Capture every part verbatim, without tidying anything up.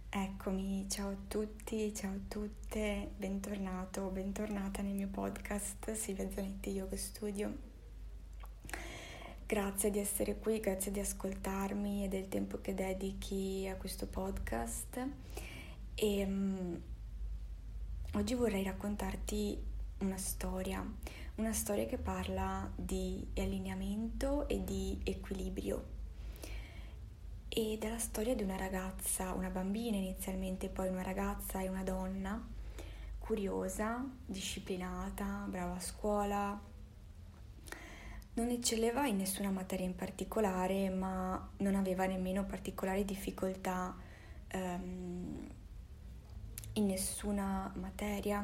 Eccomi, ciao a tutti, ciao a tutte, bentornato, bentornata nel mio podcast Silvia Zanetti Yoga Studio. Grazie di essere qui, grazie di ascoltarmi e del tempo che dedichi a questo podcast. E um, oggi vorrei raccontarti una storia, una storia che parla di allineamento e di equilibrio. Ed è la storia di una ragazza, una bambina inizialmente, poi una ragazza e una donna, curiosa, disciplinata, brava a scuola. Non eccelleva in nessuna materia in particolare, ma non aveva nemmeno particolari difficoltà um, in nessuna materia.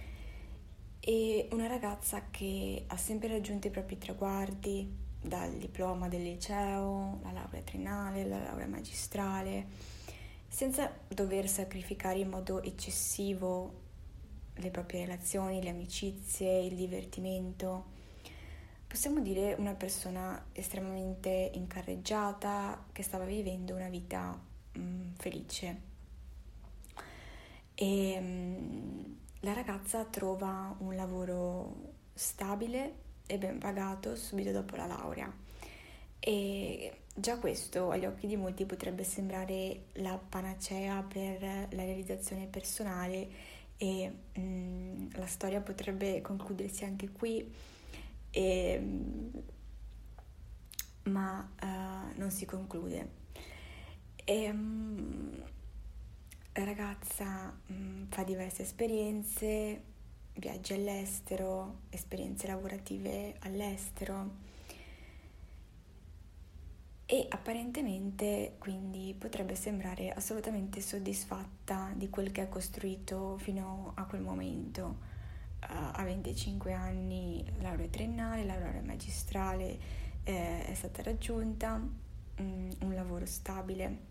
E una ragazza che ha sempre raggiunto i propri traguardi, dal diploma del liceo, la laurea triennale, la laurea magistrale, senza dover sacrificare in modo eccessivo le proprie relazioni, le amicizie, il divertimento. Possiamo dire una persona estremamente incarreggiata che stava vivendo una vita mh, felice. E mh, la ragazza trova un lavoro stabile e ben pagato subito dopo la laurea, e già questo agli occhi di molti potrebbe sembrare la panacea per la realizzazione personale e mh, la storia potrebbe concludersi anche qui, e, ma uh, non si conclude. E, um, la ragazza mh, fa diverse esperienze, viaggi all'estero, esperienze lavorative all'estero e apparentemente quindi potrebbe sembrare assolutamente soddisfatta di quel che ha costruito fino a quel momento. Uh, a venticinque anni laurea triennale, laurea magistrale eh, è stata raggiunta, mh, un lavoro stabile.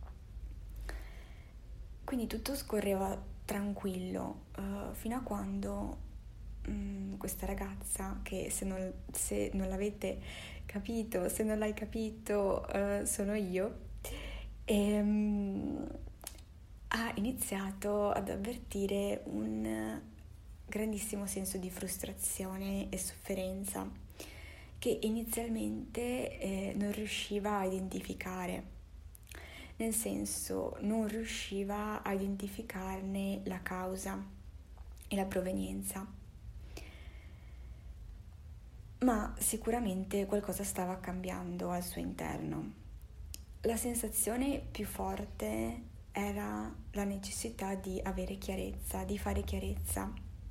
Quindi tutto scorreva tranquillo, uh, fino a quando um, questa ragazza, che se non, se non l'avete capito, se non l'hai capito, uh, sono io, e, um, ha iniziato ad avvertire un grandissimo senso di frustrazione e sofferenza che inizialmente eh, non riusciva a identificare. Nel senso, non riusciva a identificarne la causa e la provenienza. Ma sicuramente qualcosa stava cambiando al suo interno. La sensazione più forte era la necessità di avere chiarezza, di fare chiarezza.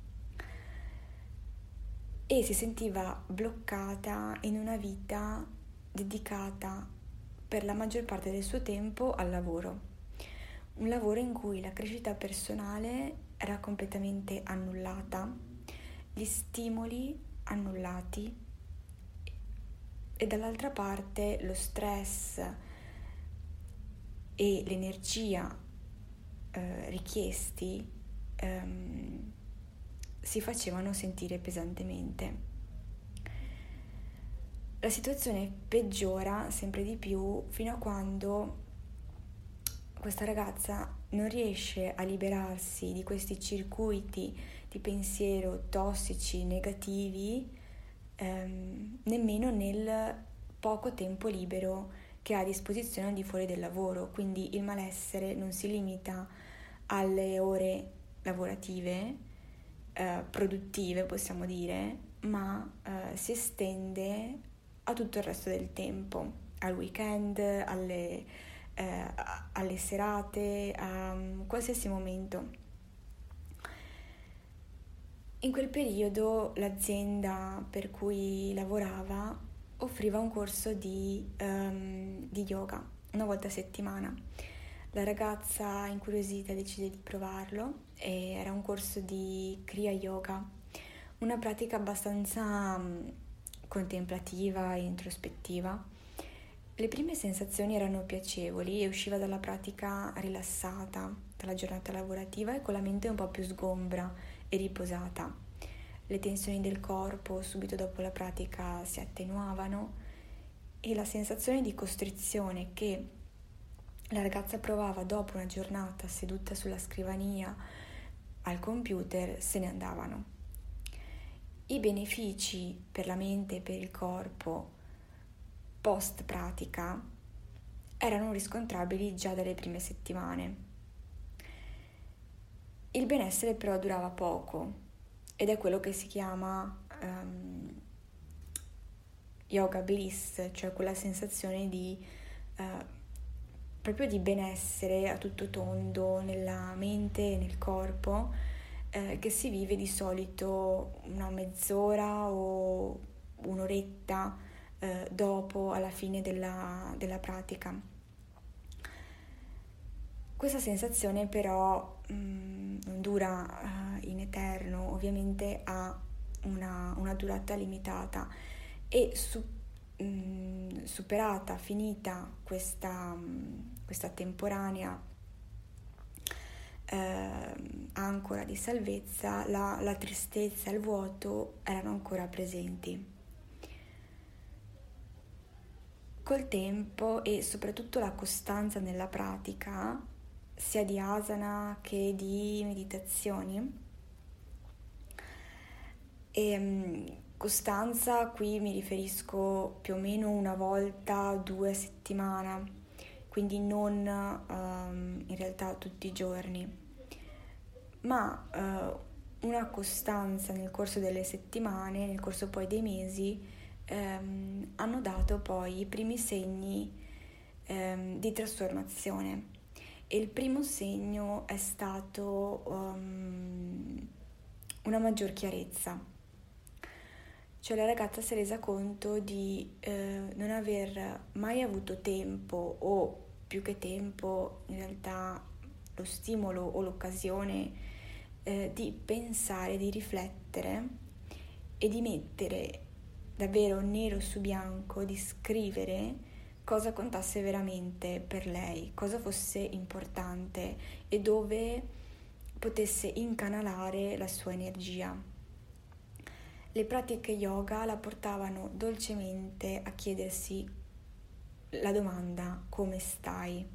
E si sentiva bloccata in una vita dedicata per la maggior parte del suo tempo al lavoro, un lavoro in cui la crescita personale era completamente annullata, gli stimoli annullati e dall'altra parte lo stress e l'energia eh, richiesti ehm, si facevano sentire pesantemente. La situazione peggiora sempre di più fino a quando questa ragazza non riesce a liberarsi di questi circuiti di pensiero tossici, negativi, ehm, nemmeno nel poco tempo libero che ha a disposizione al di fuori del lavoro. Quindi il malessere non si limita alle ore lavorative, eh, produttive possiamo dire, ma eh, si estende a tutto il resto del tempo, al weekend, alle, eh, alle serate, a qualsiasi momento. In quel periodo l'azienda per cui lavorava offriva un corso di, um, di yoga una volta a settimana. La ragazza incuriosita decide di provarlo e era un corso di Kriya Yoga, una pratica abbastanza um, contemplativa e introspettiva. Le prime sensazioni erano piacevoli e usciva dalla pratica rilassata dalla giornata lavorativa e con la mente un po' più sgombra e riposata. Le tensioni del corpo subito dopo la pratica si attenuavano e la sensazione di costrizione che la ragazza provava dopo una giornata seduta sulla scrivania al computer, se ne andavano. I benefici per la mente e per il corpo post pratica erano riscontrabili già dalle prime settimane. Il benessere però durava poco ed è quello che si chiama um, yoga bliss, cioè quella sensazione di uh, proprio di benessere a tutto tondo nella mente e nel corpo, eh, che si vive di solito una mezz'ora o un'oretta eh, dopo, alla fine della, della pratica. Questa sensazione però mh, non dura uh, in eterno, ovviamente ha una, una durata limitata e su, mh, superata, finita questa, mh, questa temporanea eh, ancora di salvezza, la, la tristezza e il vuoto erano ancora presenti. Col tempo e soprattutto la costanza nella pratica, sia di asana che di meditazioni, e costanza qui mi riferisco più o meno una volta, due a settimana, quindi non um, in realtà tutti i giorni, ma uh, una costanza nel corso delle settimane, nel corso poi dei mesi, um, hanno dato poi i primi segni um, di trasformazione. E il primo segno è stato um, una maggior chiarezza. Cioè la ragazza si è resa conto di eh, non aver mai avuto tempo, o più che tempo in realtà lo stimolo o l'occasione eh, di pensare, di riflettere e di mettere davvero nero su bianco, di scrivere cosa contasse veramente per lei, cosa fosse importante e dove potesse incanalare la sua energia. Le pratiche yoga la portavano dolcemente a chiedersi la domanda come stai?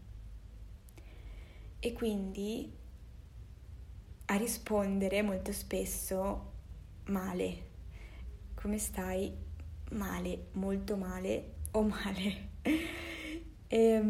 E quindi a rispondere molto spesso male. Come stai? Male, molto male o male. e,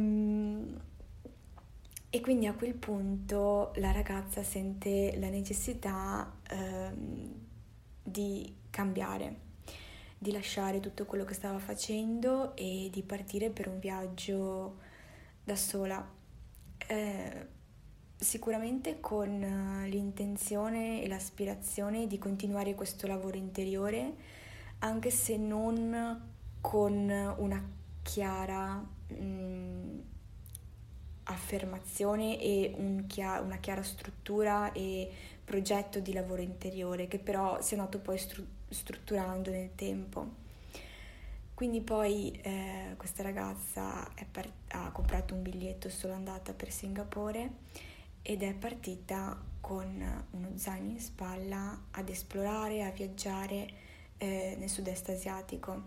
e quindi a quel punto la ragazza sente la necessità ehm, di cambiare, di lasciare tutto quello che stava facendo e di partire per un viaggio da sola, eh, sicuramente con l'intenzione e l'aspirazione di continuare questo lavoro interiore, anche se non con una chiara mh, affermazione e un chia- una chiara struttura e progetto di lavoro interiore, che però si è andato poi stru- strutturando nel tempo. Quindi poi eh, questa ragazza è part- ha comprato un biglietto solo andata per Singapore ed è partita con uno zaino in spalla ad esplorare, a viaggiare eh, nel sud-est asiatico.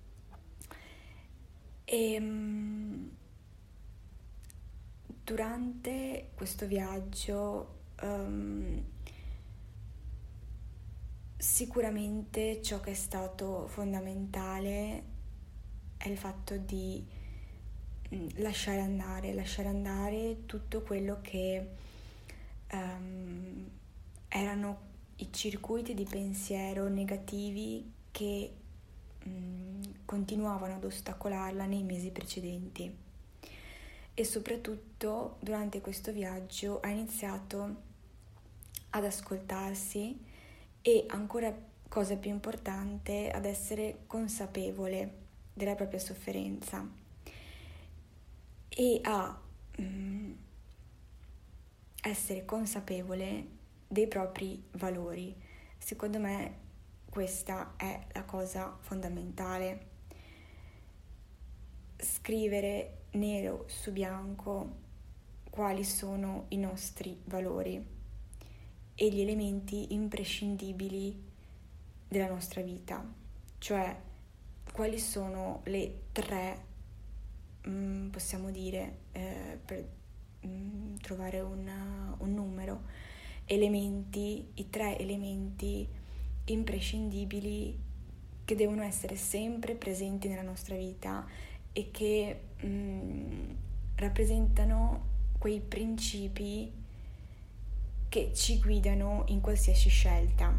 E mh, durante questo viaggio um, sicuramente ciò che è stato fondamentale è il fatto di lasciare andare, lasciare andare tutto quello che um, erano i circuiti di pensiero negativi che um, continuavano ad ostacolarla nei mesi precedenti. E soprattutto durante questo viaggio ha iniziato ad ascoltarsi e, ancora cosa più importante, ad essere consapevole della propria sofferenza e a mm, essere consapevole dei propri valori. Secondo me questa è la cosa fondamentale. Scrivere nero su bianco quali sono i nostri valori e gli elementi imprescindibili della nostra vita, cioè quali sono le tre mh, possiamo dire, eh, per mh, trovare una, un numero, elementi, i tre elementi imprescindibili che devono essere sempre presenti nella nostra vita e che mh, rappresentano quei principi che ci guidano in qualsiasi scelta.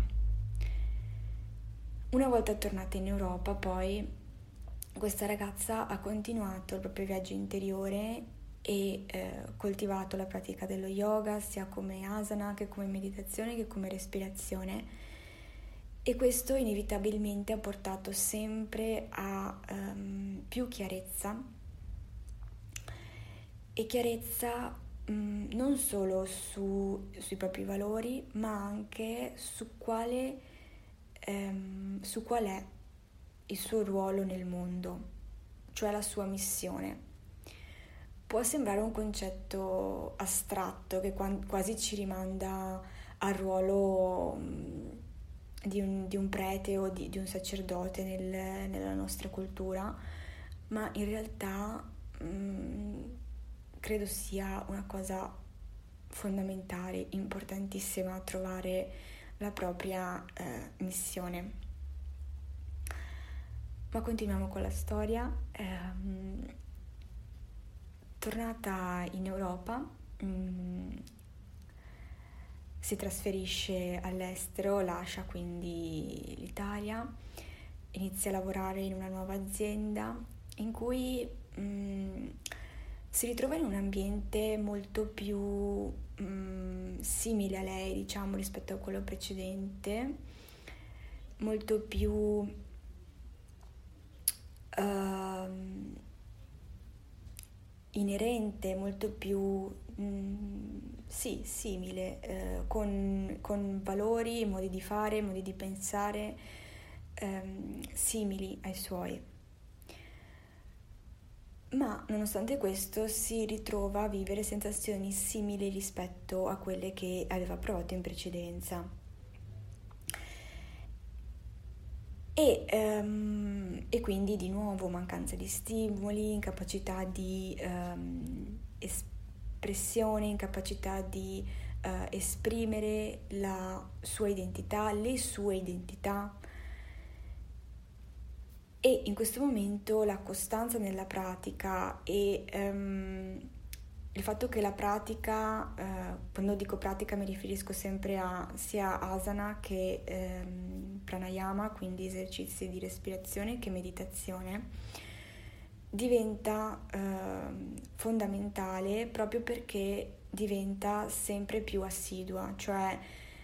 Una volta tornata in Europa, poi, questa ragazza ha continuato il proprio viaggio interiore e eh, coltivato la pratica dello yoga, sia come asana che come meditazione che come respirazione, e questo inevitabilmente ha portato sempre a um, più chiarezza e chiarezza um, non solo su, sui propri valori, ma anche su quale um, su qual è il suo ruolo nel mondo, cioè la sua missione. Può sembrare un concetto astratto che quasi ci rimanda al ruolo di un, di un prete o di, di un sacerdote nel, nella nostra cultura, ma in realtà mh, credo sia una cosa fondamentale, importantissima, trovare la propria eh, missione. Ma continuiamo con la storia. Ehm, tornata in Europa, mh, si trasferisce all'estero, lascia quindi l'Italia, inizia a lavorare in una nuova azienda in cui mh, si ritrova in un ambiente molto più mh, simile a lei, diciamo, rispetto a quello precedente, molto più Uh, inerente, molto più mh, sì, simile, uh, con, con valori, modi di fare, modi di pensare um, simili ai suoi. Ma nonostante questo si ritrova a vivere sensazioni simili rispetto a quelle che aveva provato in precedenza. E, um, e quindi di nuovo mancanza di stimoli, incapacità di um, espressione, incapacità di uh, esprimere la sua identità, le sue identità. E in questo momento la costanza nella pratica e um, il fatto che la pratica, eh, quando dico pratica mi riferisco sempre a sia asana che ehm, pranayama, quindi esercizi di respirazione, che meditazione, diventa eh, fondamentale proprio perché diventa sempre più assidua, cioè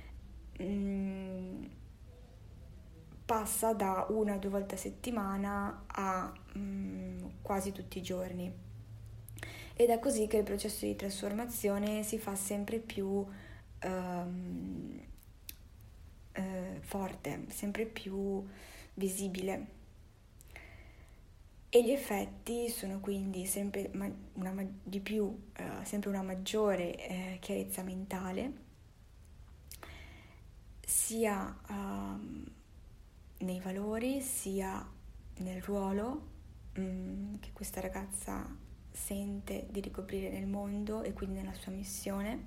mh, passa da una o due volte a settimana a mh, quasi tutti i giorni. Ed è così che il processo di trasformazione si fa sempre più um, eh, forte, sempre più visibile. E gli effetti sono quindi sempre ma- una ma- di più, uh, sempre una maggiore eh, chiarezza mentale, sia um, nei valori, sia nel ruolo um, che questa ragazza sente di ricoprire nel mondo e quindi nella sua missione,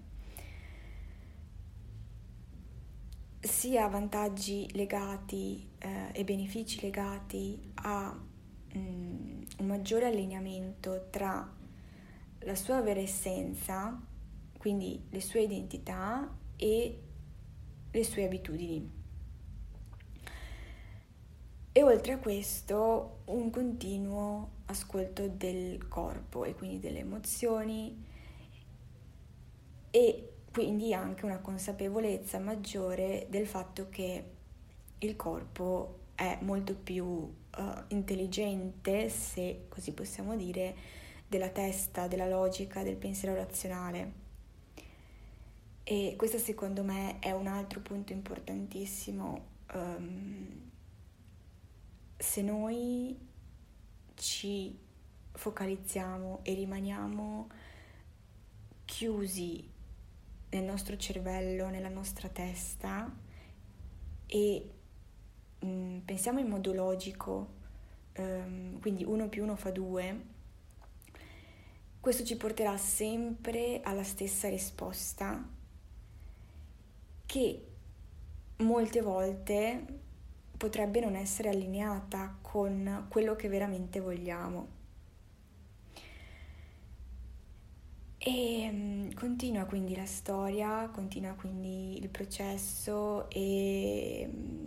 sia vantaggi legati eh, e benefici legati a mh, un maggiore allineamento tra la sua vera essenza, quindi le sue identità e le sue abitudini. E oltre a questo un continuo ascolto del corpo e quindi delle emozioni, e quindi anche una consapevolezza maggiore del fatto che il corpo è molto più uh, intelligente, se così possiamo dire, della testa, della logica, del pensiero razionale. E questo secondo me è un altro punto importantissimo. Um, se noi ci focalizziamo e rimaniamo chiusi nel nostro cervello, nella nostra testa e mh, pensiamo in modo logico, um, quindi uno più uno fa due, questo ci porterà sempre alla stessa risposta, che molte volte potrebbe non essere allineata con quello che veramente vogliamo. E continua quindi la storia, continua quindi il processo e,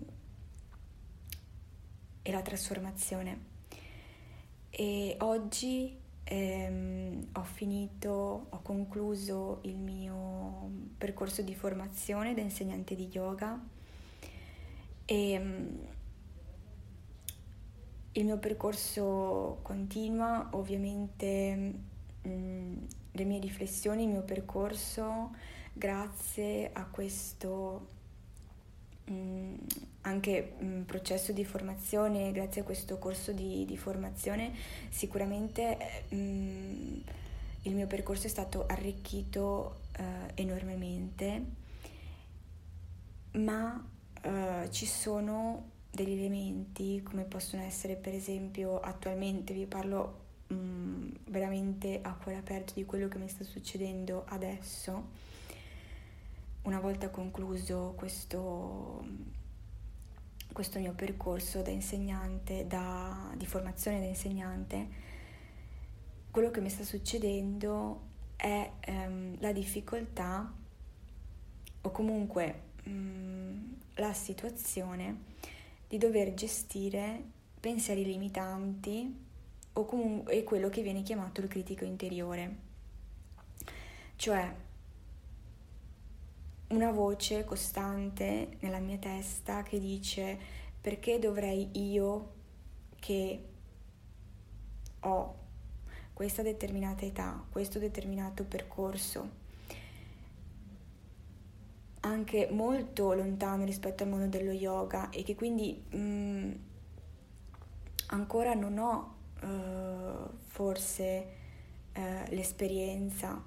e la trasformazione. E oggi ehm, ho finito, ho concluso il mio percorso di formazione da insegnante di yoga e il mio percorso continua, ovviamente. Mh, le mie riflessioni, il mio percorso, grazie a questo mh, anche mh, processo di formazione, grazie a questo corso di, di formazione, sicuramente mh, il mio percorso è stato arricchito eh, enormemente, ma eh, ci sono degli elementi, come possono essere per esempio, attualmente vi parlo veramente a cuore aperto di quello che mi sta succedendo adesso. Una volta concluso questo, questo mio percorso da insegnante, da, di formazione da insegnante, quello che mi sta succedendo è ehm, la difficoltà o comunque mh, la situazione di dover gestire pensieri limitanti o comunque è quello che viene chiamato il critico interiore, cioè una voce costante nella mia testa che dice: perché dovrei io, che ho questa determinata età, questo determinato percorso, anche molto lontano rispetto al mondo dello yoga, e che quindi mh, ancora non ho Uh, forse uh, l'esperienza,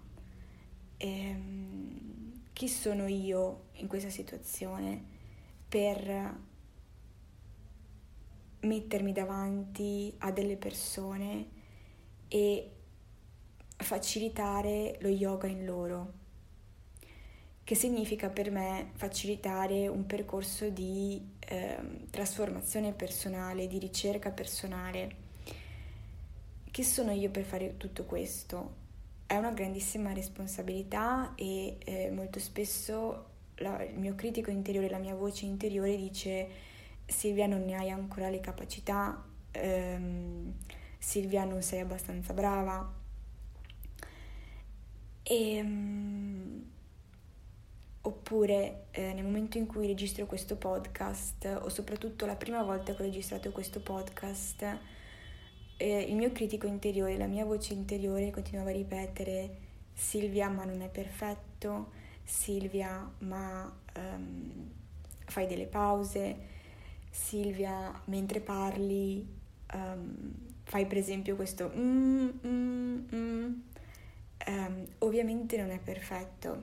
ehm, chi sono io in questa situazione per mettermi davanti a delle persone e facilitare lo yoga in loro, che significa per me facilitare un percorso di eh, trasformazione personale, di ricerca personale. Chi sono io per fare tutto questo? È una grandissima responsabilità e eh, molto spesso la, il mio critico interiore, la mia voce interiore dice: Silvia, non ne hai ancora le capacità, ehm, Silvia, non sei abbastanza brava. E, um, oppure eh, nel momento in cui registro questo podcast, o soprattutto la prima volta che ho registrato questo podcast, Eh, il mio critico interiore, la mia voce interiore continuava a ripetere: Silvia, ma non è perfetto, Silvia, ma um, fai delle pause, Silvia, mentre parli um, fai per esempio questo mm, mm, mm. Um, ovviamente non è perfetto,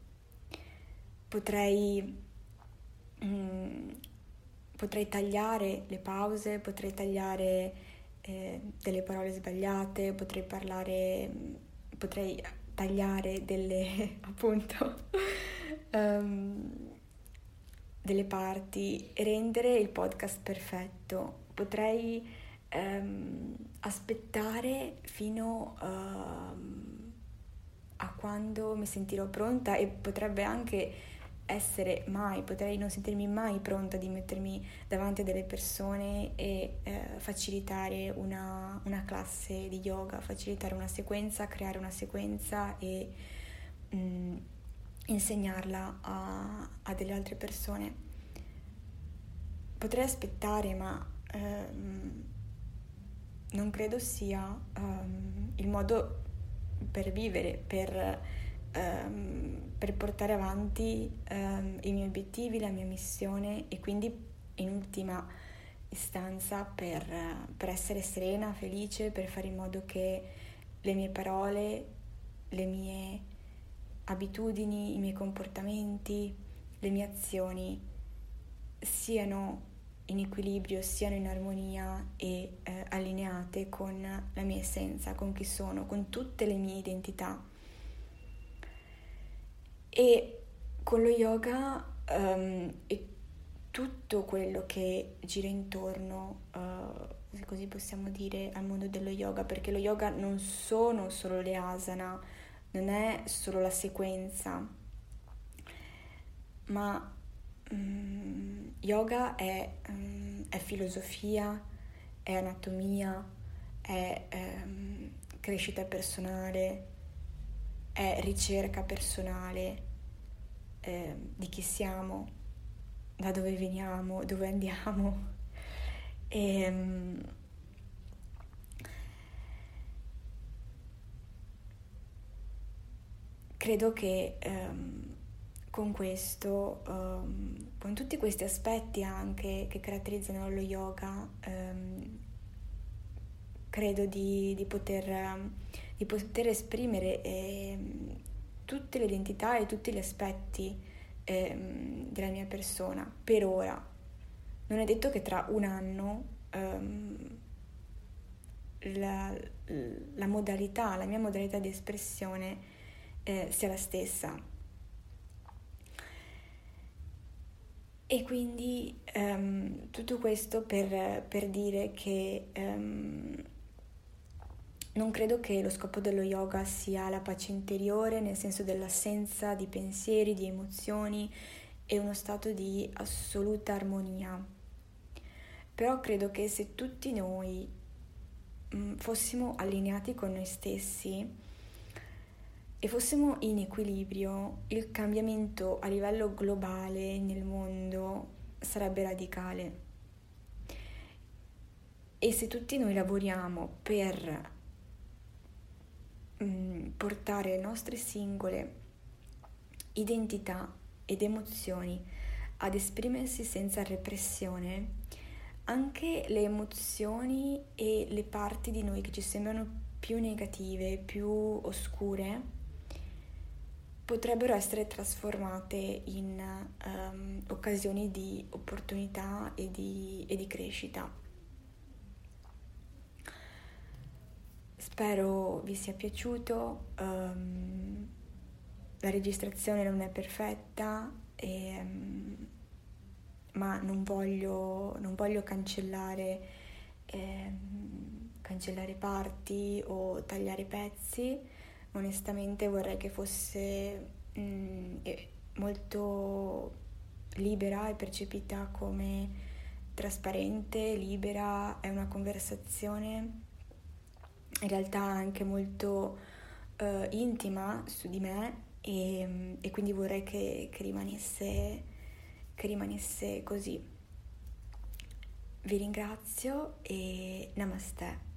potrei mm, potrei tagliare le pause, potrei tagliare Eh, delle parole sbagliate, potrei parlare, potrei tagliare delle appunto um, delle parti e rendere il podcast perfetto. Potrei um, aspettare fino uh, a quando mi sentirò pronta, e potrebbe anche essere mai, potrei non sentirmi mai pronta di mettermi davanti a delle persone e eh, facilitare una, una classe di yoga, facilitare una sequenza, creare una sequenza e mh, insegnarla a, a delle altre persone. Potrei aspettare, ma ehm, non credo sia um, il modo per vivere, per Um, per portare avanti um, i miei obiettivi, la mia missione, e quindi in ultima istanza per, uh, per essere serena, felice, per fare in modo che le mie parole, le mie abitudini, i miei comportamenti, le mie azioni siano in equilibrio, siano in armonia e eh, allineate con la mia essenza, con chi sono, con tutte le mie identità. E con lo yoga um, e tutto quello che gira intorno, uh, se così possiamo dire, al mondo dello yoga, perché lo yoga non sono solo le asana, non è solo la sequenza, ma um, yoga è, um, è filosofia, è anatomia, è um, crescita personale, è ricerca personale eh, di chi siamo, da dove veniamo, dove andiamo. E, um, credo che um, con questo, um, con tutti questi aspetti anche che caratterizzano lo yoga, um, credo di, di, poter, di poter esprimere eh, tutte le identità e tutti gli aspetti eh, della mia persona per ora. Non è detto che tra un anno um, la, la modalità, la mia modalità di espressione eh, sia la stessa. E quindi um, tutto questo per, per dire che um, non credo che lo scopo dello yoga sia la pace interiore, nel senso dell'assenza di pensieri, di emozioni e uno stato di assoluta armonia. Però credo che se tutti noi mh, fossimo allineati con noi stessi e fossimo in equilibrio, il cambiamento a livello globale nel mondo sarebbe radicale. E se tutti noi lavoriamo per mh, portare le nostre singole identità ed emozioni ad esprimersi senza repressione, anche le emozioni e le parti di noi che ci sembrano più negative, più oscure, potrebbero essere trasformate in um, occasioni di opportunità e di, e di crescita. Spero vi sia piaciuto. Um, la registrazione non è perfetta, e, um, ma non voglio, non voglio cancellare, eh, cancellare parti o tagliare pezzi. Onestamente vorrei che fosse mh, molto libera e percepita come trasparente, libera, è una conversazione in realtà anche molto uh, intima su di me e, e quindi vorrei che, che rimanesse, che rimanesse così. Vi ringrazio e namaste.